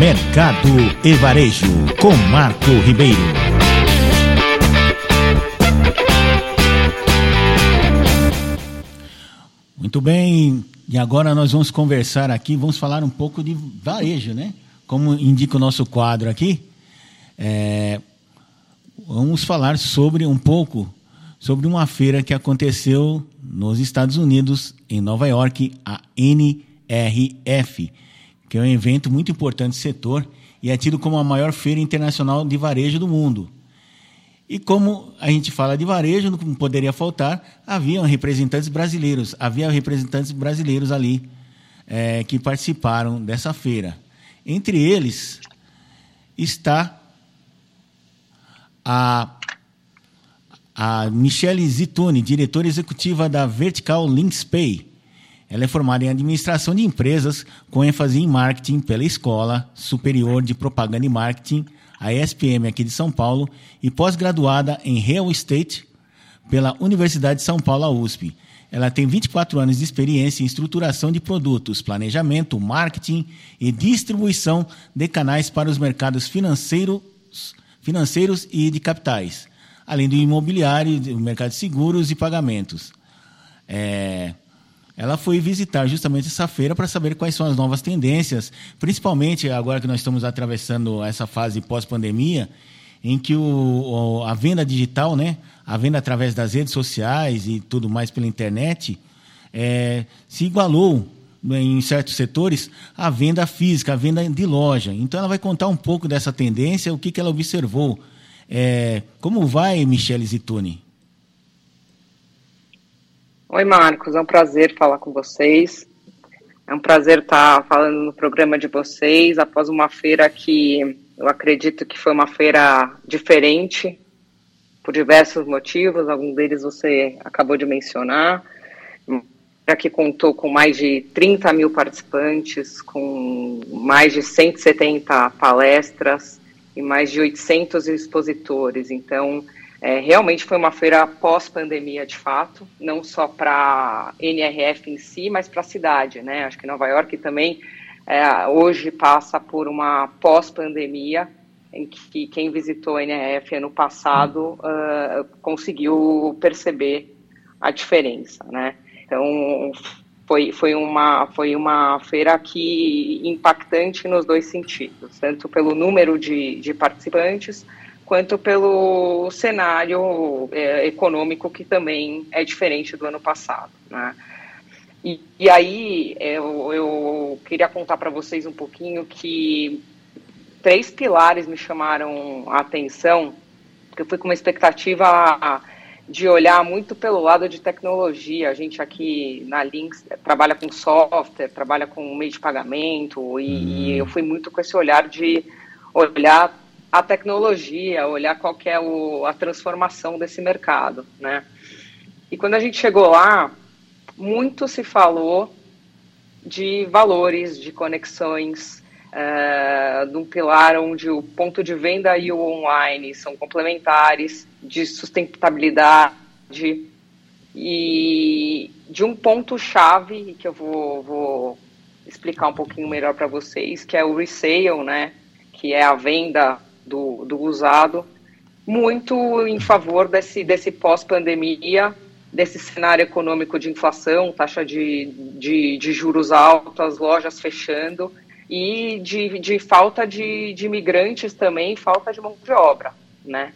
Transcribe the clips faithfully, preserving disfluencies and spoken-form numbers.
Mercado e Varejo, com Marco Ribeiro. Muito bem, e agora nós vamos conversar aqui, vamos falar um pouco de varejo, né? Como indica o nosso quadro aqui, é, vamos falar sobre um pouco sobre uma feira que aconteceu nos Estados Unidos, em Nova York, a N R F, que é um evento muito importante do setor e é tido como a maior feira internacional de varejo do mundo. E como a gente fala de varejo, não poderia faltar, haviam representantes brasileiros, havia representantes brasileiros ali é, que participaram dessa feira. Entre eles está a, a Michele Zituni, diretora executiva da Vertical Links Pay. Ela é formada em administração de empresas, com ênfase em marketing pela Escola Superior de Propaganda e Marketing, a E S P M aqui de São Paulo, e pós-graduada em Real Estate pela Universidade de São Paulo, a U S P. Ela tem vinte e quatro anos de experiência em estruturação de produtos, planejamento, marketing e distribuição de canais para os mercados financeiros, financeiros e de capitais, além do imobiliário, do mercado de seguros e pagamentos. É... Ela foi visitar justamente essa feira para saber quais são as novas tendências, principalmente agora que nós estamos atravessando essa fase pós-pandemia, em que o, a venda digital, né, a venda através das redes sociais e tudo mais pela internet, é, se igualou, em certos setores, à venda física, à venda de loja. Então, ela vai contar um pouco dessa tendência, o que, que ela observou. É, como vai, Michele Zituni? Oi, Marcos, é um prazer falar com vocês. É um prazer estar falando no programa de vocês após uma feira que eu acredito que foi uma feira diferente por diversos motivos, alguns deles você acabou de mencionar. Uma feira que contou com mais de trinta mil participantes, com mais de cento e setenta palestras e mais de oitocentos expositores. Então, É, realmente foi uma feira pós-pandemia, de fato, não só para a N R F em si, mas para a cidade, né? Acho que Nova York também é, hoje passa por uma pós-pandemia, em que quem visitou a N R F ano passado uh, conseguiu perceber a diferença, né? Então, foi, foi, uma, foi uma feira que impactante nos dois sentidos, tanto pelo número de, de participantes, quanto pelo cenário é, econômico, que também é diferente do ano passado, né? E, e aí eu, eu queria contar para vocês um pouquinho que três pilares me chamaram a atenção, porque eu fui com uma expectativa de olhar muito pelo lado de tecnologia. A gente aqui na Links trabalha com software, trabalha com meio de pagamento, e, hum. e eu fui muito com esse olhar de olhar a tecnologia, olhar qual que é o, a transformação desse mercado, né? E quando a gente chegou lá, muito se falou de valores, de conexões, uh, de um pilar onde o ponto de venda e o online são complementares, de sustentabilidade e de um ponto-chave que eu vou, vou explicar um pouquinho melhor para vocês, que é o resale, né? Que é a venda Do, do usado, muito em favor desse, desse pós-pandemia, desse cenário econômico de inflação, taxa de, de, de juros altas, lojas fechando, e de, de falta de, de imigrantes também, falta de mão de obra, né?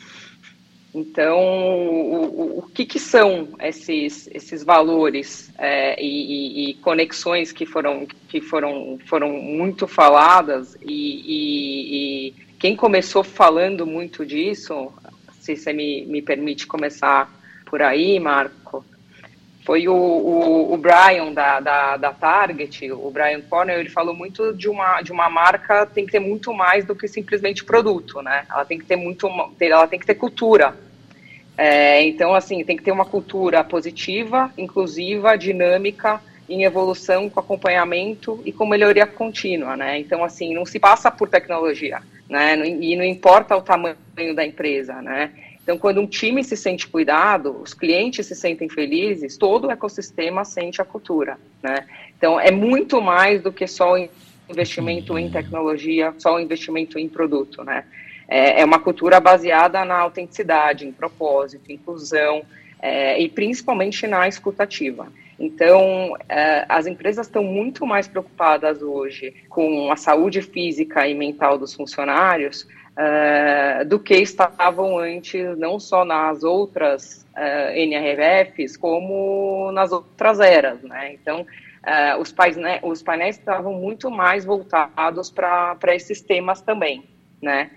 Então, o, o, o que, que são esses, esses valores é, e, e, e conexões que foram, que foram, foram muito faladas, e, e, e quem começou falando muito disso, se você me, me permite começar por aí, Marco, foi o, o, o Brian da, da, da Target, o Brian Cornell. Ele falou muito de uma, de uma marca tem que ter muito mais do que simplesmente produto, né? Ela tem que ter muito, ela tem que ter cultura. É, então, assim, tem que ter uma cultura positiva, inclusiva, dinâmica, em evolução, com acompanhamento e com melhoria contínua, né? Então, assim, não se passa por tecnologia, né? E não importa o tamanho da empresa, né? Então, quando um time se sente cuidado, os clientes se sentem felizes, todo o ecossistema sente a cultura, né? Então, é muito mais do que só investimento em tecnologia, só o investimento em produto, né? É, é uma cultura baseada na autenticidade, em propósito, inclusão, é, e principalmente na escutativa. Então, é, as empresas estão muito mais preocupadas hoje com a saúde física e mental dos funcionários é, do que estavam antes, não só nas outras é, N R Fs, como nas outras eras, né? Então, é, os, paine- os painéis estavam muito mais voltados para esses temas também, né?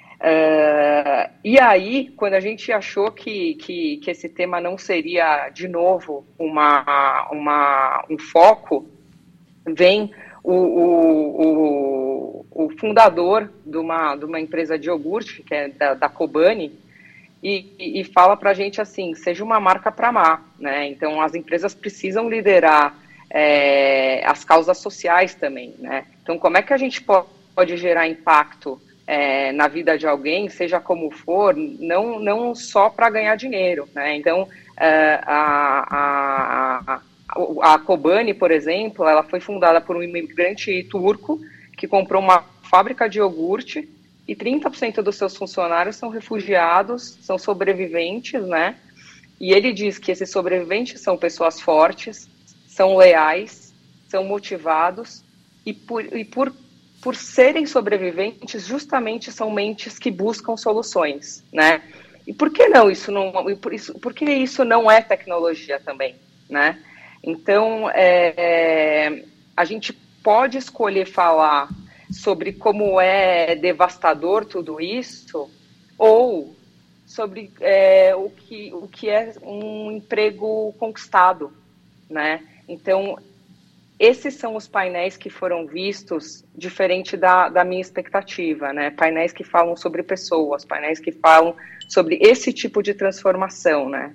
Uh, e aí, quando a gente achou que, que, que esse tema não seria, de novo, uma, uma, um foco, vem o, o, o, o fundador de uma, de uma empresa de iogurte, que é da, da Kobani, e, e fala para a gente assim, seja uma marca para amar, né? Então, as empresas precisam liderar é, as causas sociais também, né? Então, como é que a gente pode, pode gerar impacto É, na vida de alguém, seja como for, não, não só para ganhar dinheiro, né? Então, é, a, a, a, a Kobani, por exemplo, ela foi fundada por um imigrante turco que comprou uma fábrica de iogurte e trinta por cento dos seus funcionários são refugiados, são sobreviventes, né? E ele diz que esses sobreviventes são pessoas fortes, são leais, são motivados e por, e por por serem sobreviventes, justamente são mentes que buscam soluções, né? E por que não isso não, por, isso, por que isso não é tecnologia também, né? Então, é, é, a gente pode escolher falar sobre como é devastador tudo isso, ou sobre é, o, que, o que é um emprego conquistado, né? Então, esses são os painéis que foram vistos diferente da, da minha expectativa, né? Painéis que falam sobre pessoas, painéis que falam sobre esse tipo de transformação, né?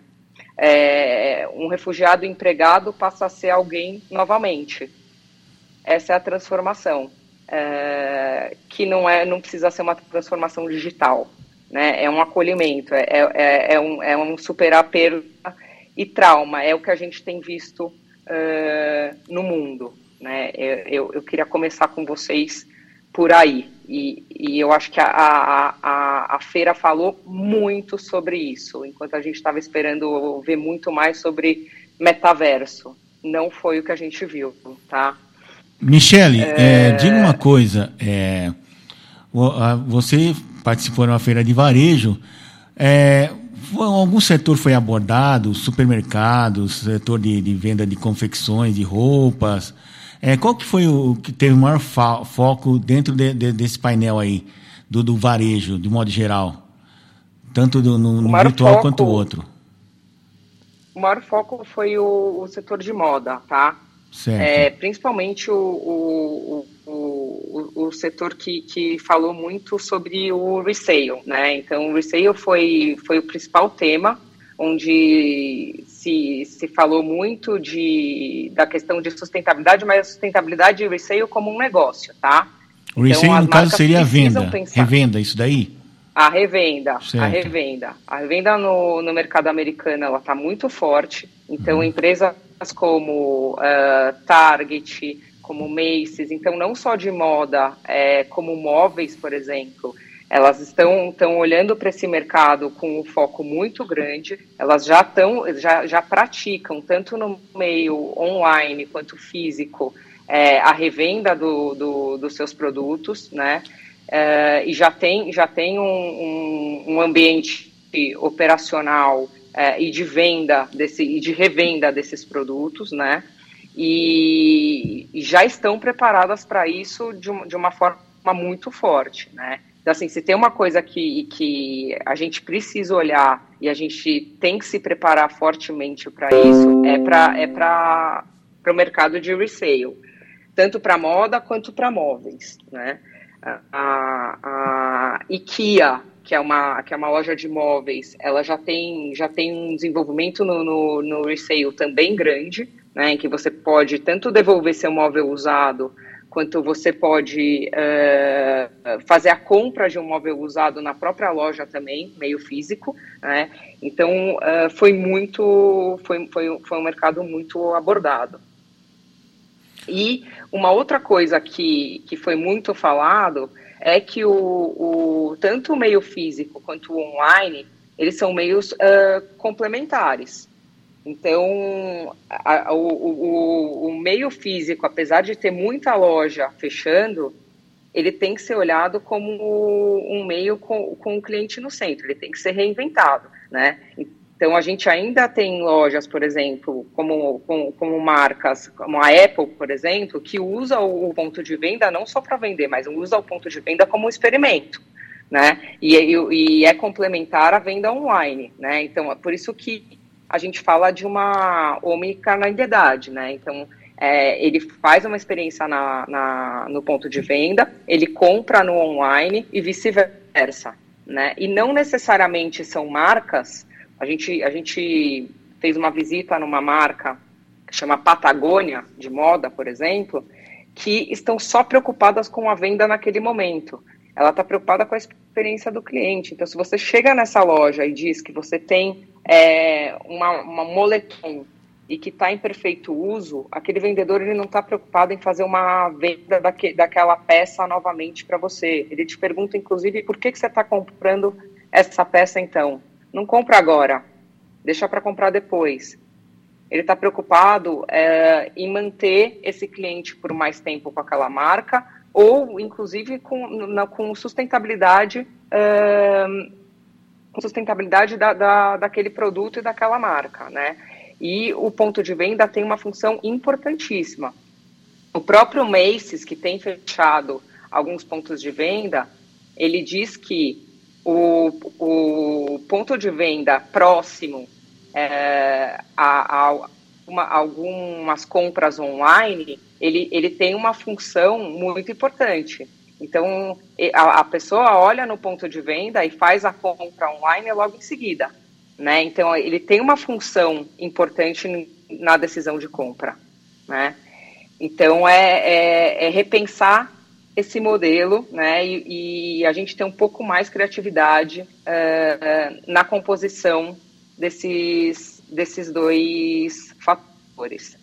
É, um refugiado empregado passa a ser alguém novamente. Essa é a transformação, é, que não, é, não precisa ser uma transformação digital, né? É um acolhimento, é, é, é, um, é um superar perda e trauma, é o que a gente tem visto Uh, no mundo, né? Eu, eu, eu queria começar com vocês por aí, e, e eu acho que a, a, a, a feira falou muito sobre isso, enquanto a gente estava esperando ver muito mais sobre metaverso. Não foi o que a gente viu, tá? Michele, é... É, diga uma coisa, é, você participou de uma feira de varejo, é, algum setor foi abordado, supermercados, setor de, de venda de confecções, de roupas. É, qual que foi o que teve o maior fo- foco dentro de, de, desse painel aí, do, do varejo, de modo geral? Tanto do, no, no virtual foco, quanto o outro. O maior foco foi o, o setor de moda, tá? É, principalmente o, o, o, o, o setor que, que falou muito sobre o resale, né? Então, o resale foi, foi o principal tema, onde se, se falou muito de, da questão de sustentabilidade, mas a sustentabilidade e o resale como um negócio, tá? O resale, então, no caso, seria a venda, pensar. Revenda, isso daí? A revenda, certo. a revenda. A revenda no, no mercado americano, ela está muito forte, então uhum. empresas como uh, Target, como Macy's, então não só de moda, é, como móveis, por exemplo, elas estão, estão olhando para esse mercado com um foco muito grande, elas já, estão, já, já praticam, tanto no meio online quanto físico, é, a revenda do, do, dos seus produtos, né? Uh, e já tem, já tem um, um, um ambiente operacional uh, e de venda desse, e de revenda desses produtos, né? E, e já estão preparadas para isso de, um, de uma forma muito forte, né? Então, assim, se tem uma coisa que, que a gente precisa olhar e a gente tem que se preparar fortemente para isso, é para é para o mercado de resale, tanto para moda quanto para móveis, né? A, a IKEA, que é, uma, que é uma loja de móveis, ela já tem, já tem um desenvolvimento no, no, no resale também grande, né, em que você pode tanto devolver seu móvel usado, quanto você pode uh, fazer a compra de um móvel usado na própria loja também, meio físico, né? Então, uh, foi muito, foi, foi, foi um mercado muito abordado. E uma outra coisa que, que foi muito falado é que o, o, tanto o meio físico quanto o online, eles são meios uh, complementares. Então, a, a, o, o, o meio físico, apesar de ter muita loja fechando, ele tem que ser olhado como um meio com, com o cliente no centro, ele tem que ser reinventado, né? Então, a gente ainda tem lojas, por exemplo, como, como, como marcas, como a Apple, por exemplo, que usa o ponto de venda não só para vender, mas usa o ponto de venda como um experimento, né? E, e, e é complementar à venda online, né? Então, é por isso que a gente fala de uma omnicanalidade, né? Então, é, ele faz uma experiência na, na, no ponto de venda, ele compra no online e vice-versa, né? E não necessariamente são marcas. A gente, a gente fez uma visita numa marca que chama Patagônia, de moda, por exemplo, que estão só preocupadas com a venda naquele momento. Ela está preocupada com a experiência do cliente. Então, se você chega nessa loja e diz que você tem é, uma, uma moletom e que está em perfeito uso, aquele vendedor ele não está preocupado em fazer uma venda daque, daquela peça novamente para você. Ele te pergunta, inclusive, por que, que você está comprando essa peça, então? Não compra agora, deixa para comprar depois. Ele está preocupado é, em manter esse cliente por mais tempo com aquela marca, ou, inclusive, com, na, com sustentabilidade, é, com sustentabilidade da, da, daquele produto e daquela marca, né? E o ponto de venda tem uma função importantíssima. O próprio Macy's, que tem fechado alguns pontos de venda, ele diz que O, o ponto de venda próximo é, a, a uma, algumas compras online, ele, ele tem uma função muito importante. Então, a, a pessoa olha no ponto de venda e faz a compra online logo em seguida, né? Então, ele tem uma função importante na decisão de compra, né? Então, é, é, é repensar esse modelo, né, e, e a gente tem um pouco mais criatividade uh, uh, na composição desses, desses dois fatores.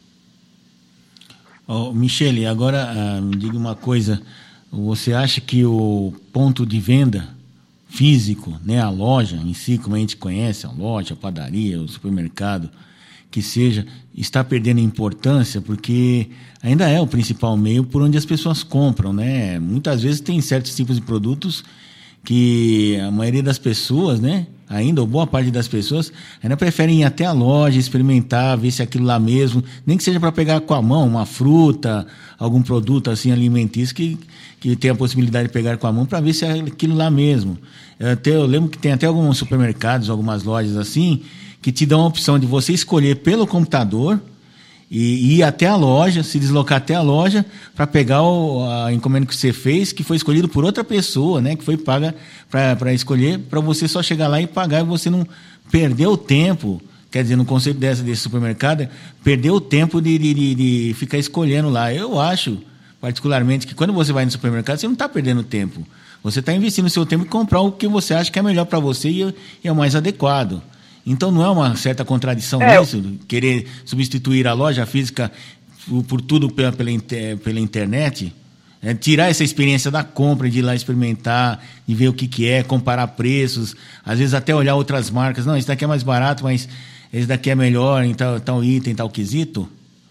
Oh, Michele, agora uh, me diga uma coisa, você acha que o ponto de venda físico, né, a loja em si, como a gente conhece, a loja, a padaria, o supermercado, que seja, está perdendo importância, porque ainda é o principal meio por onde as pessoas compram, né? Muitas vezes tem certos tipos de produtos que a maioria das pessoas, né, ainda, ou boa parte das pessoas, ainda preferem ir até a loja, experimentar, ver se é aquilo lá mesmo, nem que seja para pegar com a mão uma fruta, algum produto assim alimentício que, que tem a possibilidade de pegar com a mão para ver se é aquilo lá mesmo. Eu, até, eu lembro que tem até alguns supermercados, algumas lojas assim, que te dão a opção de você escolher pelo computador e ir até a loja, se deslocar até a loja para pegar o, a encomenda que você fez, que foi escolhido por outra pessoa, né, que foi paga para escolher, para você só chegar lá e pagar e você não perder o tempo. Quer dizer, no conceito dessa, desse supermercado, perder o tempo de, de, de, de ficar escolhendo lá. Eu acho, particularmente, que quando você vai no supermercado, você não está perdendo tempo. Você está investindo o seu tempo em comprar o que você acha que é melhor para você e, e é o mais adequado. Então não é uma certa contradição é. nisso, querer substituir a loja física por, por tudo pela, pela, pela internet? É, tirar essa experiência da compra, de ir lá experimentar, de ver o que, que é, comparar preços, às vezes até olhar outras marcas. Não, esse daqui é mais barato, mas esse daqui é melhor em tal, tal item, tal quesito.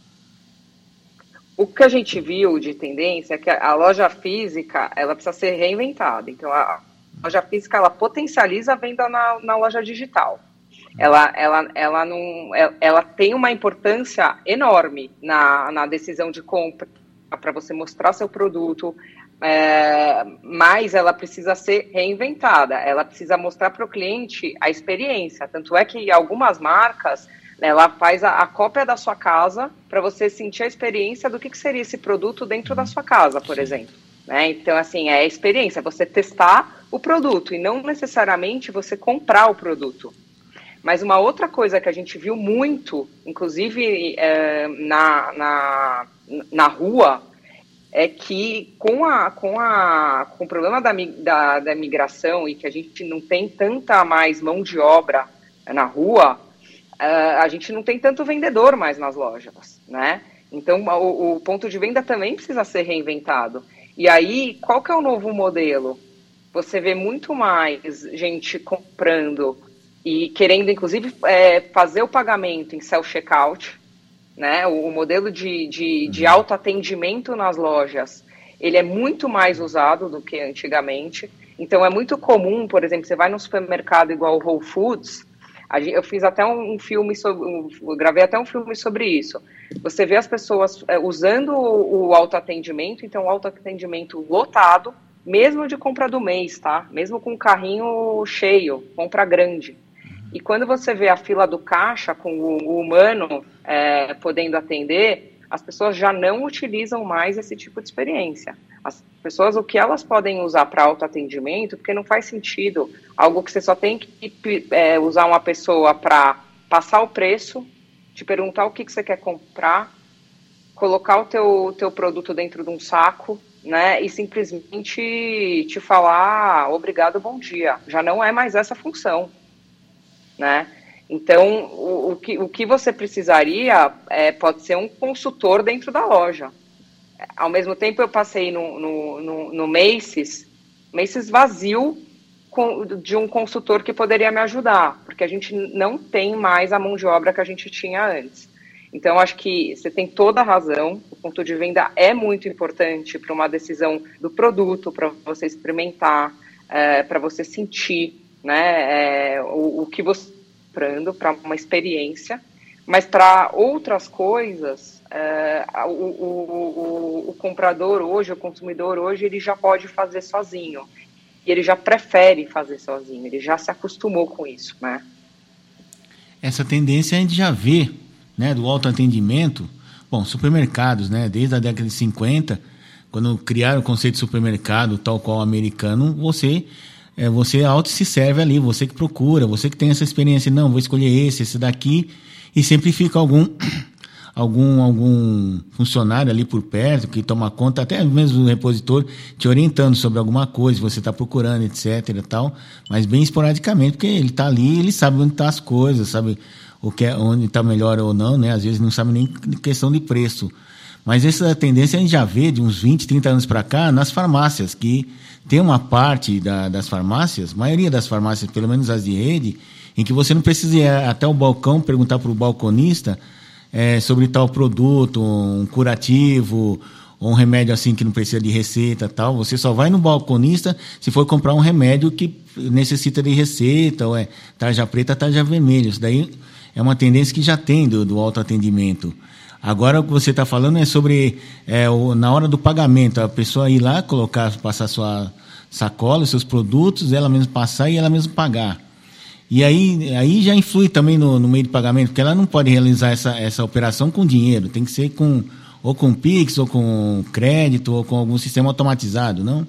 O que a gente viu de tendência é que a loja física ela precisa ser reinventada. Então, a loja física ela potencializa a venda na, na loja digital. Ela, ela, ela, não, ela, ela tem uma importância enorme na, na decisão de compra, para você mostrar seu produto, é, mas ela precisa ser reinventada, ela precisa mostrar para o cliente a experiência. Tanto é que algumas marcas, ela faz a, a cópia da sua casa para você sentir a experiência do que, que seria esse produto dentro da sua casa, por exemplo. Né? Então, assim, é a experiência, você testar o produto e não necessariamente você comprar o produto. Mas uma outra coisa que a gente viu muito, inclusive é, na, na, na rua, é que com, a, com, a, com o problema da, da, da migração e que a gente não tem tanta mais mão de obra na rua, uh, a gente não tem tanto vendedor mais nas lojas, né? Então, o, o ponto de venda também precisa ser reinventado. E aí, qual que é o novo modelo? Você vê muito mais gente comprando e querendo, inclusive, é, fazer o pagamento em self-checkout, né? O, o modelo de, de, de autoatendimento nas lojas, ele é muito mais usado do que antigamente. Então, é muito comum, por exemplo, você vai num supermercado igual o Whole Foods, eu fiz até um filme sobre, um, gravei até um filme sobre isso. Você vê as pessoas é, usando o, o autoatendimento, então o autoatendimento lotado, mesmo de compra do mês, tá? Mesmo com o carrinho cheio, compra grande. E quando você vê a fila do caixa com o, o humano é, podendo atender, as pessoas já não utilizam mais esse tipo de experiência. As pessoas, o que elas podem usar para autoatendimento, porque não faz sentido algo que você só tem que é, usar uma pessoa para passar o preço, te perguntar o que, que você quer comprar, colocar o teu, teu produto dentro de um saco, né, e simplesmente te falar obrigado, bom dia. Já não é mais essa função, né? Então, o, o, que, o que você precisaria é, pode ser um consultor dentro da loja. Ao mesmo tempo, eu passei no, no, no, no Macy's, Macy's vazio com, de um consultor que poderia me ajudar, porque a gente não tem mais a mão de obra que a gente tinha antes. Então, acho que você tem toda a razão, o ponto de venda é muito importante para uma decisão do produto, para você experimentar, é, para você sentir, né, é, o, o que você está comprando, para uma experiência, mas para outras coisas, é, o, o, o, o comprador hoje, o consumidor hoje, ele já pode fazer sozinho, e ele já prefere fazer sozinho, ele já se acostumou com isso, né? Essa tendência a gente já vê, né, do autoatendimento. Bom, supermercados, né, desde a década de cinquenta, quando criaram o conceito de supermercado, tal qual o americano, você, é, você auto se serve ali, você que procura, você que tem essa experiência, não, vou escolher esse, esse daqui, e sempre fica algum, algum, algum funcionário ali por perto que toma conta, até mesmo o repositor, te orientando sobre alguma coisa, você está procurando, etc e tal, mas bem esporadicamente, porque ele está ali, ele sabe onde estão tá as coisas, sabe o que é, onde está melhor ou não, né? Às vezes não sabe nem questão de preço. Mas essa tendência a gente já vê de uns vinte, trinta anos para cá nas farmácias, que tem uma parte da, das farmácias, a maioria das farmácias, pelo menos as de rede, em que você não precisa ir até o balcão perguntar para o balconista é, sobre tal produto, um curativo, ou um remédio assim que não precisa de receita, tal. Você só vai no balconista se for comprar um remédio que necessita de receita, ou é tarja preta, tarja vermelha. Isso daí é uma tendência que já tem do, do autoatendimento. Agora o que você está falando é sobre, é, o, na hora do pagamento, a pessoa ir lá, colocar, passar sua sacola, seus produtos, ela mesma passar e ela mesma pagar. E aí, aí já influi também no, no meio de pagamento, porque ela não pode realizar essa, essa operação com dinheiro, tem que ser com, ou com Pix, ou com crédito, ou com algum sistema automatizado, não?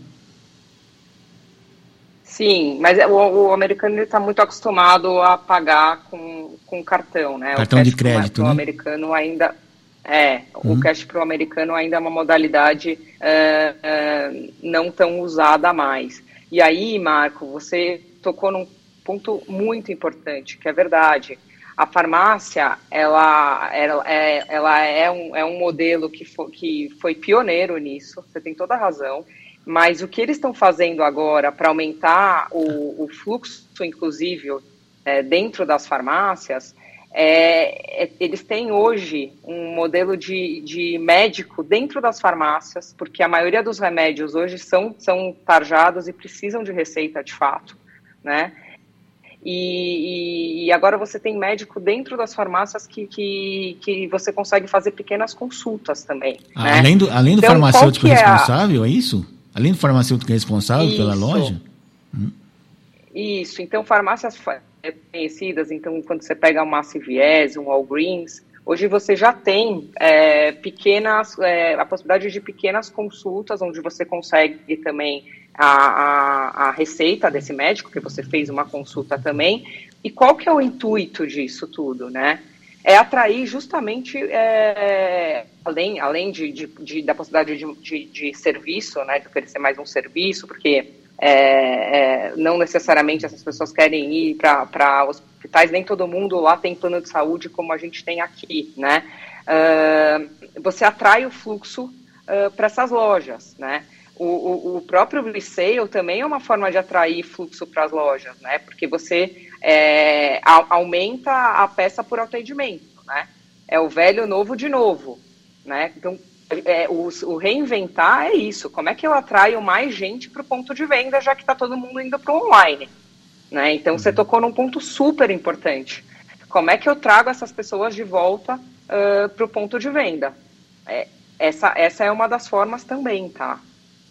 Sim, mas o, o americano está muito acostumado a pagar com, com cartão, né? Cartão de crédito, pro, né? O americano ainda é, uhum. O cash para o americano ainda é uma modalidade uh, uh, não tão usada mais. E aí, Marco, você tocou num ponto muito importante, que é verdade. A farmácia, ela, ela, é, ela é, um, é um modelo que foi, que foi pioneiro nisso, você tem toda a razão. Mas o que eles estão fazendo agora para aumentar o, o fluxo, inclusive, é, dentro das farmácias, é, é, eles têm hoje um modelo de, de médico dentro das farmácias, porque a maioria dos remédios hoje são, são tarjados e precisam de receita de fato, né? E, e agora você tem médico dentro das farmácias que, que, que você consegue fazer pequenas consultas também. Ah, né? Além do, além do então, farmacêutico é responsável, a... é isso? Além do farmacêutico responsável isso. pela loja? Hum. Isso, então farmácias conhecidas, então quando você pega uma C V S, um Walgreens, hoje você já tem é, pequenas, é, a possibilidade de pequenas consultas, onde você consegue também a, a, a receita desse médico, que você fez uma consulta também. E qual que é o intuito disso tudo, né? É atrair justamente, é, além, além de, de, de, da possibilidade de, de, de serviço, né, de oferecer mais um serviço, porque é, é, não necessariamente essas pessoas querem ir para hospitais, nem todo mundo lá tem plano de saúde como a gente tem aqui, né? uh, você atrai o fluxo uh, para essas lojas, né? O, o, o próprio resale também é uma forma de atrair fluxo para as lojas, né? Porque você é, a, aumenta a peça por atendimento, né? É o velho novo de novo, né? Então, é, o, o reinventar é isso. Como é que eu atraio mais gente para o ponto de venda, já que está todo mundo indo para o online, né? Então, você tocou num ponto super importante. Como é que eu trago essas pessoas de volta uh, para o ponto de venda? É, essa, essa é uma das formas também, tá?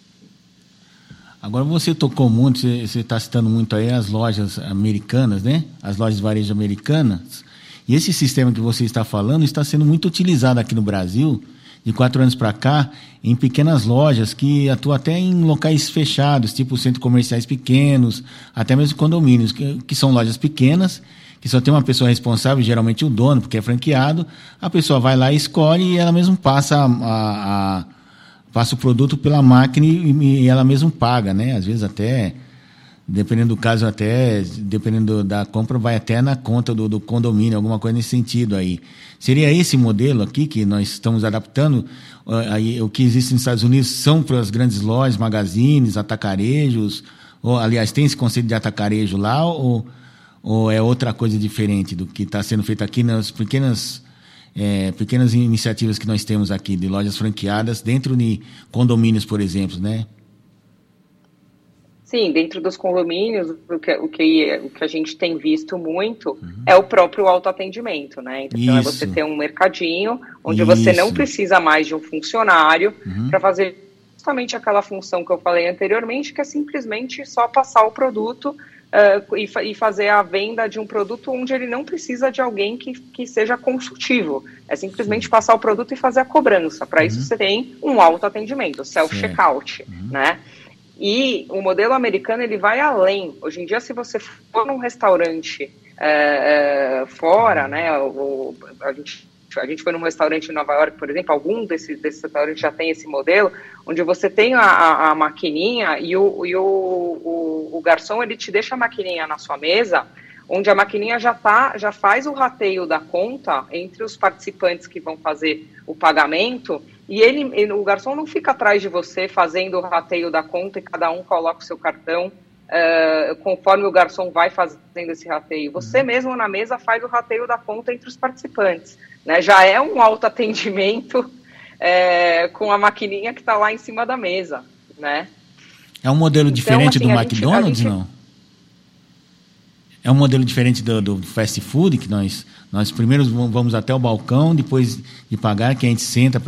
Agora você tocou muito, você está citando muito aí as lojas americanas, né? As lojas de varejo americanas. E esse sistema que você está falando está sendo muito utilizado aqui no Brasil, de quatro anos para cá, em pequenas lojas que atuam até em locais fechados, tipo centros comerciais pequenos, até mesmo condomínios, que, que são lojas pequenas, que só tem uma pessoa responsável, geralmente o dono, porque é franqueado. A pessoa vai lá e escolhe e ela mesma passa a, a, a passa o produto pela máquina e, e ela mesma paga, né? Às vezes até, dependendo do caso, até, dependendo da compra, vai até na conta do, do condomínio, alguma coisa nesse sentido aí. Seria esse modelo aqui que nós estamos adaptando? Aí, o que existe nos Estados Unidos são para as grandes lojas, magazines, atacarejos, ou, aliás, tem esse conceito de atacarejo lá, ou, ou é outra coisa diferente do que está sendo feito aqui nas pequenas... É, pequenas iniciativas que nós temos aqui de lojas franqueadas dentro de condomínios, por exemplo, né? Sim, dentro dos condomínios, o que, o que, o que a gente tem visto muito uhum. é o próprio autoatendimento, né? Então, Isso. é você ter um mercadinho onde Isso. você não precisa mais de um funcionário uhum. para fazer justamente aquela função que eu falei anteriormente, que é simplesmente só passar o produto Uh, e, fa- e fazer a venda de um produto onde ele não precisa de alguém que, que seja consultivo. É simplesmente passar o produto e fazer a cobrança. Para uhum. isso você tem um autoatendimento, self-checkout, uhum. né? E o modelo americano, ele vai além. Hoje em dia, se você for num restaurante uh, uh, fora, né, o, a gente A gente foi num restaurante em Nova York, por exemplo, algum desses, desses restaurantes já tem esse modelo, onde você tem a, a, a maquininha e, o, e o, o, o garçom, ele te deixa a maquininha na sua mesa, onde a maquininha já, tá, já faz o rateio da conta entre os participantes que vão fazer o pagamento, e ele, ele, o garçom não fica atrás de você fazendo o rateio da conta e cada um coloca o seu cartão, Uh, conforme o garçom vai fazendo esse rateio. Você uhum. mesmo na mesa faz o rateio da conta entre os participantes, né? Já é um autoatendimento é, com a maquininha que está lá em cima da mesa, né? É um modelo diferente então, assim, do McDonald's, gente... não? É um modelo diferente do, do fast food, que nós, nós primeiro vamos até o balcão, depois de pagar, que a gente senta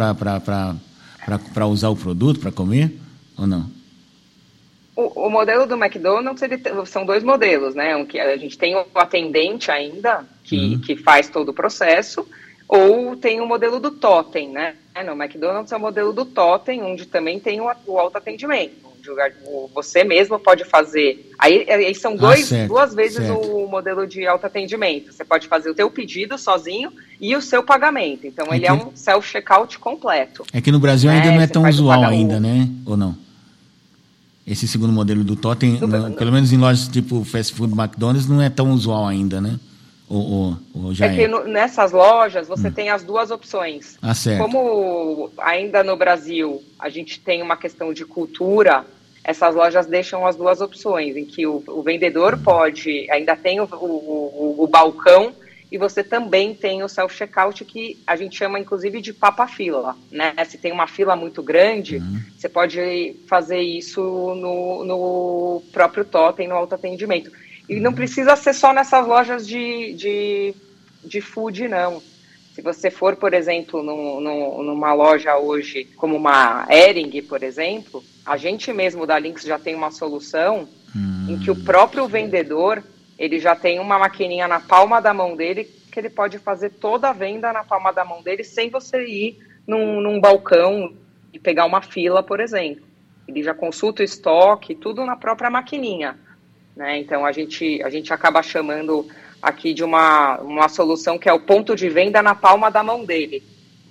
para usar o produto, para comer, ou não? O, o modelo do McDonald's, ele tem, são dois modelos, né? Um que a gente tem o atendente ainda, que, uhum. que faz todo o processo, ou tem o modelo do totem, né? No McDonald's é o modelo do totem, onde também tem o, o autoatendimento, onde o, você mesmo pode fazer. Aí, aí são dois, ah, duas vezes certo. O modelo de autoatendimento. Você pode fazer o teu pedido sozinho e o seu pagamento. Então, é ele que... é um self-checkout completo. É que no Brasil ainda é, não é tão usual ainda, né? Ou não? Esse segundo modelo do totem, no, pelo menos em lojas tipo fast food, McDonald's, não é tão usual ainda, né? Ou, ou, ou já é, é que no, nessas lojas você hum. tem as duas opções. Ah, certo. Como ainda no Brasil a gente tem uma questão de cultura, essas lojas deixam as duas opções, em que o, o vendedor hum. pode, ainda tem o, o, o, o balcão, e você também tem o self-checkout, que a gente chama, inclusive, de papa-fila, né? Se tem uma fila muito grande, uhum. você pode fazer isso no, no próprio totem, no autoatendimento. E uhum. não precisa ser só nessas lojas de, de, de food, não. Se você for, por exemplo, no, no, numa loja hoje, como uma Hering, por exemplo, a gente mesmo da Lynx já tem uma solução uhum. em que o próprio vendedor... ele já tem uma maquininha na palma da mão dele, que ele pode fazer toda a venda na palma da mão dele, sem você ir num, num balcão e pegar uma fila, por exemplo. Ele já consulta o estoque, tudo na própria maquininha, né? Então, a gente, a gente acaba chamando aqui de uma, uma solução que é o ponto de venda na palma da mão dele,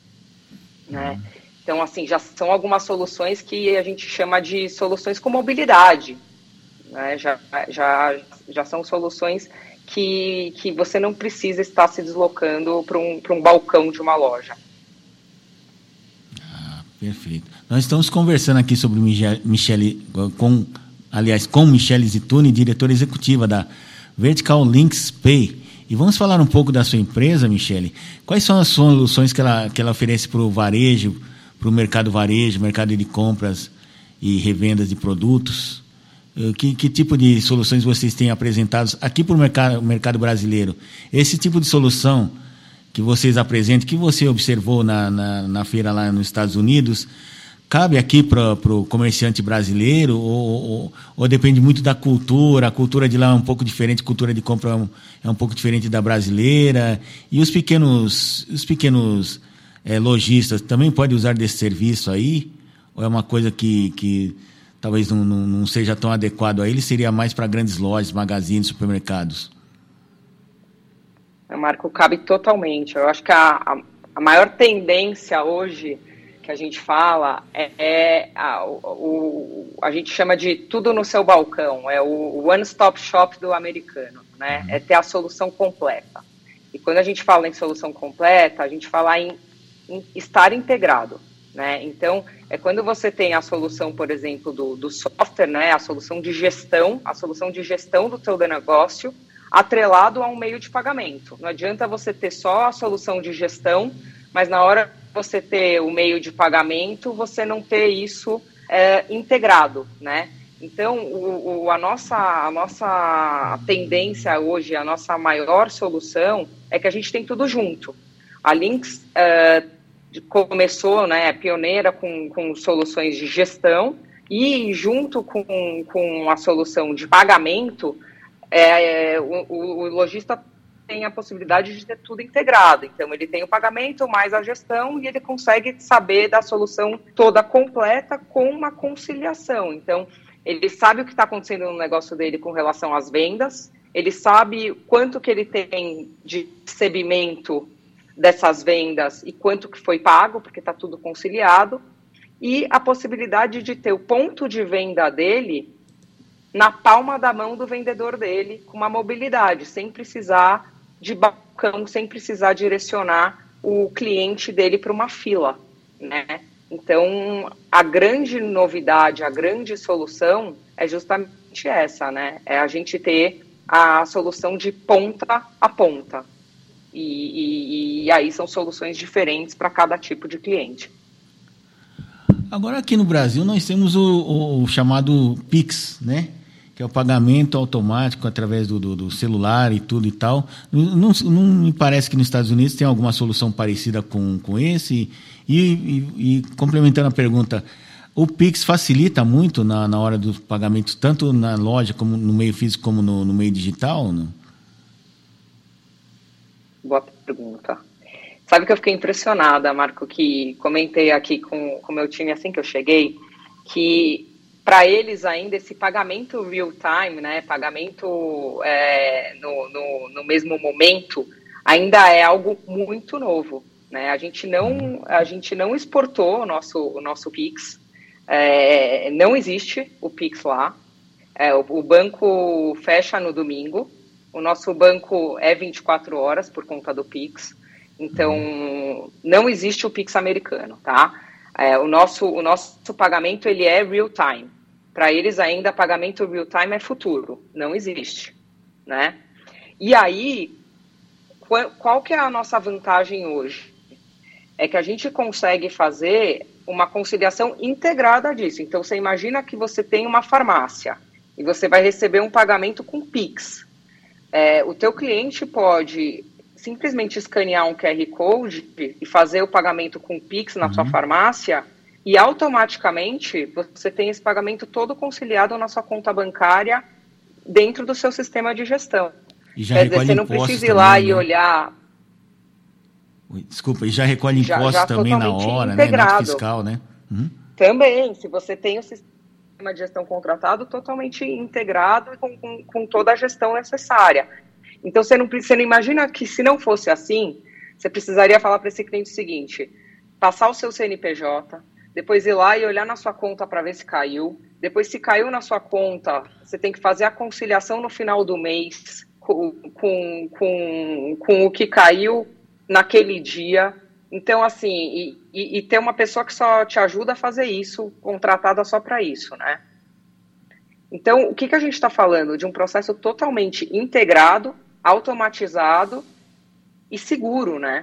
né? Então, assim, já são algumas soluções que a gente chama de soluções com mobilidade, né? Já, já, já são soluções que, que você não precisa estar se deslocando para um, para um balcão de uma loja. Perfeito. Nós estamos conversando aqui sobre Michele, com, aliás, com Michele Zitune, diretora executiva da Vertical Links Pay. E vamos falar um pouco da sua empresa, Michele. Quais são as soluções que ela, que ela oferece para o varejo, para o mercado varejo, mercado de compras e revendas de produtos? Que, que tipo de soluções vocês têm apresentados aqui para o mercado, mercado brasileiro? Esse tipo de solução que vocês apresentam, que você observou na, na, na feira lá nos Estados Unidos, cabe aqui para o comerciante brasileiro ou, ou, ou depende muito da cultura? A cultura de lá é um pouco diferente, a cultura de compra é um, é um pouco diferente da brasileira. E os pequenos, os pequenos é, lojistas também podem usar desse serviço aí? Ou é uma coisa que, que talvez não, não, não seja tão adequado a ele, seria mais para grandes lojas, magazines, supermercados? Marco, cabe totalmente. Eu acho que a, a, a maior tendência hoje que a gente fala é, é a, o, a gente chama de tudo no seu balcão, é o one-stop shop do americano, né? É ter a solução completa. E quando a gente fala em solução completa, a gente fala em, em estar integrado, né? Então, é quando você tem a solução, por exemplo, do, do software, né? A solução de gestão, a solução de gestão do teu negócio, atrelado a um meio de pagamento. Não adianta você ter só a solução de gestão, mas na hora que você ter o meio de pagamento, você não ter isso é, integrado, né? Então, o, o, a, nossa, a nossa tendência hoje, a nossa maior solução é que a gente tem tudo junto. A Links é, começou, né, pioneira com, com soluções de gestão e junto com, com a solução de pagamento, É, o, o lojista tem a possibilidade de ter tudo integrado. Então, ele tem o pagamento mais a gestão e ele consegue saber da solução toda completa com uma conciliação. Então, ele sabe o que está acontecendo no negócio dele com relação às vendas, ele sabe quanto que ele tem de recebimento dessas vendas e quanto que foi pago, porque está tudo conciliado, e a possibilidade de ter o ponto de venda dele na palma da mão do vendedor dele, com uma mobilidade, sem precisar de balcão, sem precisar direcionar o cliente dele para uma fila, né? Então, a grande novidade, a grande solução é justamente essa, né? É a gente ter a solução de ponta a ponta. E, e, e aí são soluções diferentes para cada tipo de cliente. Agora, aqui no Brasil, nós temos o, o chamado Pix, né? Que é o pagamento automático através do, do, do celular e tudo e tal. Não, não me parece que nos Estados Unidos tem alguma solução parecida com, com esse. E, e, e complementando a pergunta, o Pix facilita muito na, na hora dos pagamentos, tanto na loja, como no meio físico, como no, no meio digital? Não? Boa pergunta. Sabe que eu fiquei impressionada, Marco, que comentei aqui com o meu time assim que eu cheguei, que para eles ainda esse pagamento real time, né, pagamento é, no, no, no mesmo momento, ainda é algo muito novo, né? A gente não, a gente não exportou o nosso, o nosso Pix, é, não existe o Pix lá, é, o, o banco fecha no domingo, o nosso banco é vinte e quatro horas por conta do Pix, então não existe o Pix americano, tá? É, o, nosso, o nosso pagamento ele é real time. Para eles ainda pagamento real time é futuro, não existe, né? E aí, qual, qual que é a nossa vantagem hoje? É que a gente consegue fazer uma conciliação integrada disso. Então, você imagina que você tem uma farmácia e você vai receber um pagamento com Pix. É, o teu cliente pode simplesmente escanear um Q R Code e fazer o pagamento com Pix na uhum. sua farmácia e automaticamente você tem esse pagamento todo conciliado na sua conta bancária dentro do seu sistema de gestão. E já Quer dizer, você não precisa ir lá também, e né? olhar... Desculpa, e já recolhe impostos já, já também na hora, integrado. né? Nota fiscal, né? Uhum. Também, se você tem o sistema de gestão contratado totalmente integrado com, com, com toda a gestão necessária. Então, você não, você não imagina que se não fosse assim, você precisaria falar para esse cliente o seguinte, passar o seu C N P J, depois ir lá e olhar na sua conta para ver se caiu, depois se caiu na sua conta, você tem que fazer a conciliação no final do mês com, com, com, com o que caiu naquele dia, Então, assim, e, e, e ter uma pessoa que só te ajuda a fazer isso, contratada só para isso, né? Então, o que, que a gente está falando? De um processo totalmente integrado, automatizado e seguro, né?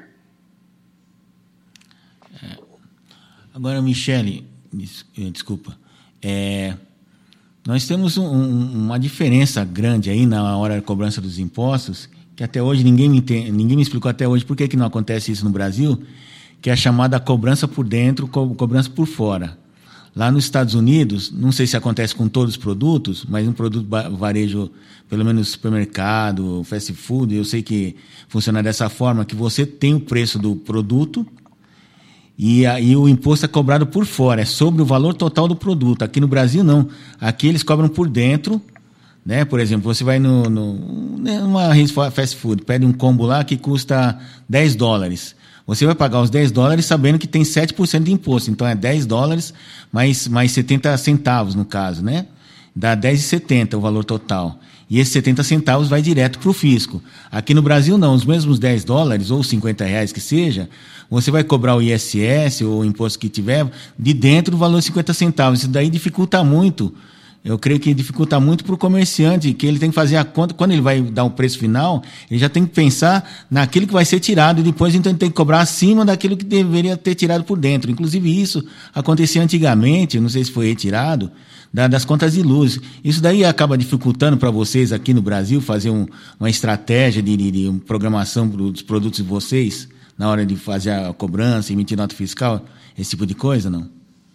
É. Agora, Michele, desculpa, é, nós temos um, um, uma diferença grande aí na hora da cobrança dos impostos, que até hoje ninguém me, entende, ninguém me explicou até hoje por que, que não acontece isso no Brasil, que é a chamada cobrança por dentro, co- cobrança por fora. Lá nos Estados Unidos, não sei se acontece com todos os produtos, mas um produto varejo, pelo menos supermercado, fast food, eu sei que funciona dessa forma, que você tem o preço do produto e, a, e o imposto é cobrado por fora, é sobre o valor total do produto. Aqui no Brasil, não. Aqui eles cobram por dentro, né? Por exemplo, você vai no, no, numa fast food, pede um combo lá que custa dez dólares. Você vai pagar os dez dólares sabendo que tem sete por cento de imposto. Então, é dez dólares mais, mais setenta centavos, no caso, né? Dá dez e setenta o valor total. E esses setenta centavos vai direto para o fisco. Aqui no Brasil, não. Os mesmos dez dólares ou cinquenta reais que seja, você vai cobrar o I S S ou o imposto que tiver de dentro do valor de cinquenta centavos. Isso daí dificulta muito. Eu creio que dificulta muito para o comerciante, que ele tem que fazer a conta, quando ele vai dar o preço final, ele já tem que pensar naquilo que vai ser tirado, e depois então ele tem que cobrar acima daquilo que deveria ter tirado por dentro. Inclusive isso acontecia antigamente, não sei se foi retirado, da, das contas de luz. Isso daí acaba dificultando para vocês aqui no Brasil fazer um, uma estratégia de, de, de programação dos produtos de vocês, na hora de fazer a cobrança, emitir nota fiscal, esse tipo de coisa, não?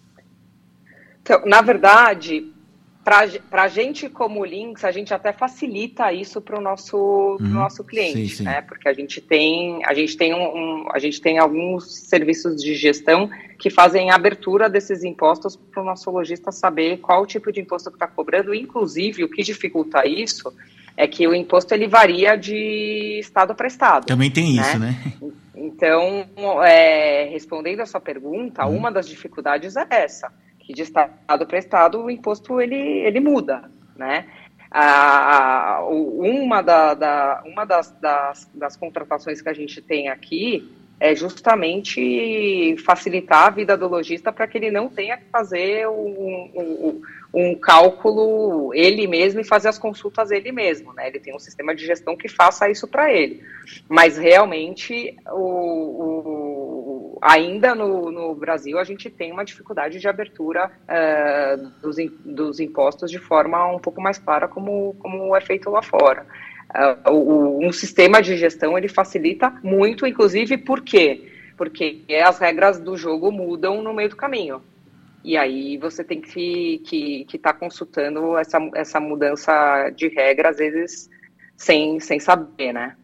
Então, na verdade... Para a gente como Lynx, a gente até facilita isso para o nosso, uhum, pro nosso cliente, sim, sim. Né? Porque a gente tem, a gente tem, um, um, a gente tem alguns serviços de gestão que fazem a abertura desses impostos para o nosso lojista saber qual o tipo de imposto que está cobrando. Inclusive, o que dificulta isso é que o imposto ele varia de estado para estado. Também tem né? isso, né? Então, é, respondendo a sua pergunta, uhum. uma das dificuldades é essa. Que de estado para estado o imposto ele, ele muda, né? Ah, uma da, da, uma das, das, das contratações que a gente tem aqui é justamente facilitar a vida do lojista para que ele não tenha que fazer um, um, um cálculo ele mesmo e fazer as consultas ele mesmo, né? Ele tem um sistema de gestão que faça isso para ele. Mas realmente, o, o, ainda no, no Brasil, a gente tem uma dificuldade de abertura uh, dos, dos impostos de forma um pouco mais clara como, como é feito lá fora. Uh, o, um sistema de gestão, ele facilita muito, inclusive, por quê? Porque as regras do jogo mudam no meio do caminho. E aí você tem que estar que, que tá consultando essa, essa mudança de regra, às vezes, sem, sem saber, né?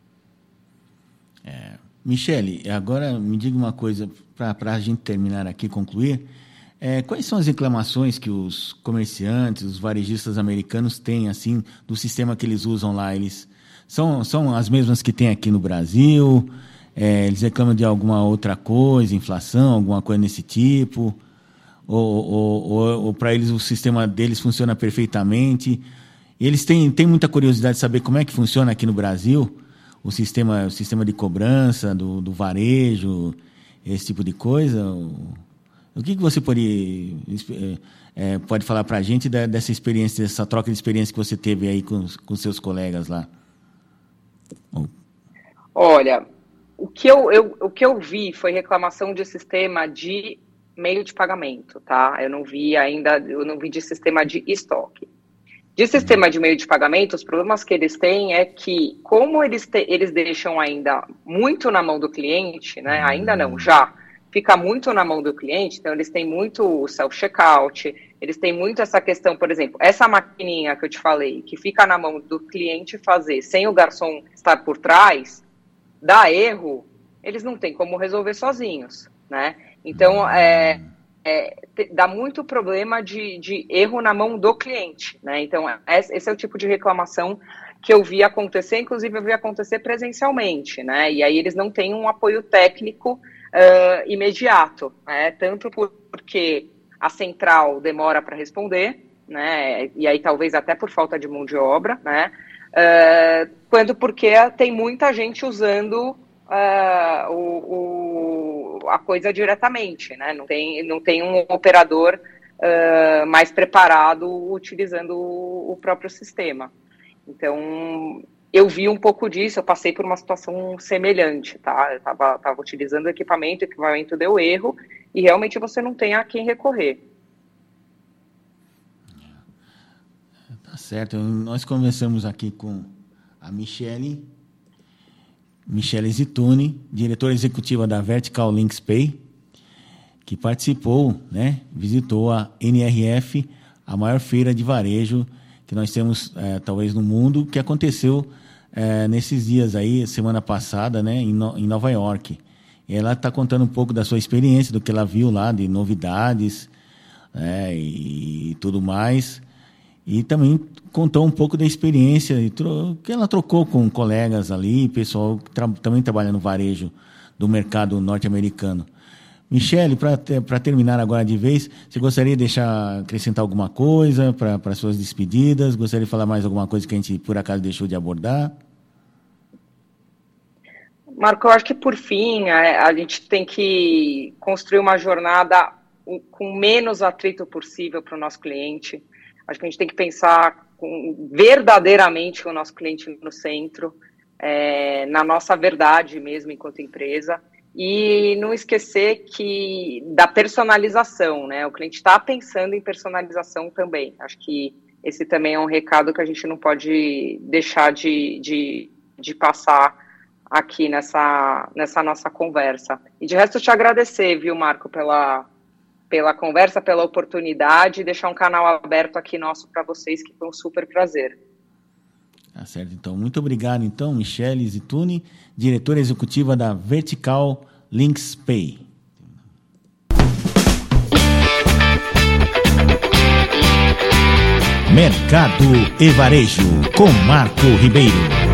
É, Michele, agora me diga uma coisa, para a gente terminar aqui, concluir. É, quais são as reclamações que os comerciantes, os varejistas americanos têm, assim, do sistema que eles usam lá? Eles são, são as mesmas que tem aqui no Brasil? É, eles reclamam de alguma outra coisa, inflação, alguma coisa desse tipo? Ou, ou, ou, ou para eles o sistema deles funciona perfeitamente? Eles têm, têm muita curiosidade de saber como é que funciona aqui no Brasil o sistema, o sistema de cobrança do, do varejo, esse tipo de coisa? O que, que você pode, é, pode falar para a gente dessa experiência, dessa troca de experiência que você teve aí com, com seus colegas lá? Olha, o que eu, eu, o que eu vi foi reclamação de sistema de meio de pagamento, tá? Eu não vi ainda, eu não vi de sistema de estoque. De sistema de meio de pagamento, os problemas que eles têm é que, como eles, te, eles deixam ainda muito na mão do cliente, né? Ainda não, já fica muito na mão do cliente, então eles têm muito self-checkout, eles têm muito essa questão, por exemplo, essa maquininha que eu te falei, que fica na mão do cliente fazer, sem o garçom estar por trás, dá erro, eles não têm como resolver sozinhos, né? Então, é, é, dá muito problema de, de erro na mão do cliente, né? Então, esse é o tipo de reclamação que eu vi acontecer, inclusive eu vi acontecer presencialmente, né? E aí eles não têm um apoio técnico uh, imediato, né? Tanto porque a central demora para responder, né? E aí talvez até por falta de mão de obra, né? Uh, quanto porque tem muita gente usando uh, o, o, a coisa diretamente, né? Não tem, não tem um operador uh, mais preparado utilizando o, o próprio sistema. Então, eu vi um pouco disso, eu passei por uma situação semelhante, tá? Eu estava tava utilizando o equipamento, o equipamento deu erro, e realmente você não tem a quem recorrer. Tá certo. Nós conversamos aqui com a Michele, Michele Zitune, diretora executiva da Vertical Links Pay, que participou, né, visitou a N R F, a maior feira de varejo que nós temos, é, talvez, no mundo, que aconteceu é, nesses dias aí, semana passada, né, em, no, em Nova York. Ela está contando um pouco da sua experiência, do que ela viu lá, de novidades, né, e, e tudo mais. E também contou um pouco da experiência que ela trocou com colegas ali, pessoal que tra- também trabalha no varejo do mercado norte-americano. Michele, para terminar agora de vez, você gostaria de deixar, acrescentar alguma coisa para as suas despedidas? Gostaria de falar mais alguma coisa que a gente, por acaso, deixou de abordar? Marco, eu acho que, por fim, a, a gente tem que construir uma jornada com menos atrito possível para o nosso cliente. Acho que a gente tem que pensar com, verdadeiramente o nosso cliente no centro, é, na nossa verdade mesmo enquanto empresa. E não esquecer que da personalização, né? O cliente está pensando em personalização também. Acho que esse também é um recado que a gente não pode deixar de, de, de passar aqui nessa, nessa nossa conversa. E de resto, eu te agradecer, viu, Marco, pela, pela conversa, pela oportunidade, e deixar um canal aberto aqui nosso para vocês, que foi um super prazer. Tá certo, então. Muito obrigado, então, Michele Zitune, diretora executiva da Vertical Links Pay. Mercado e Varejo, com Marco Ribeiro.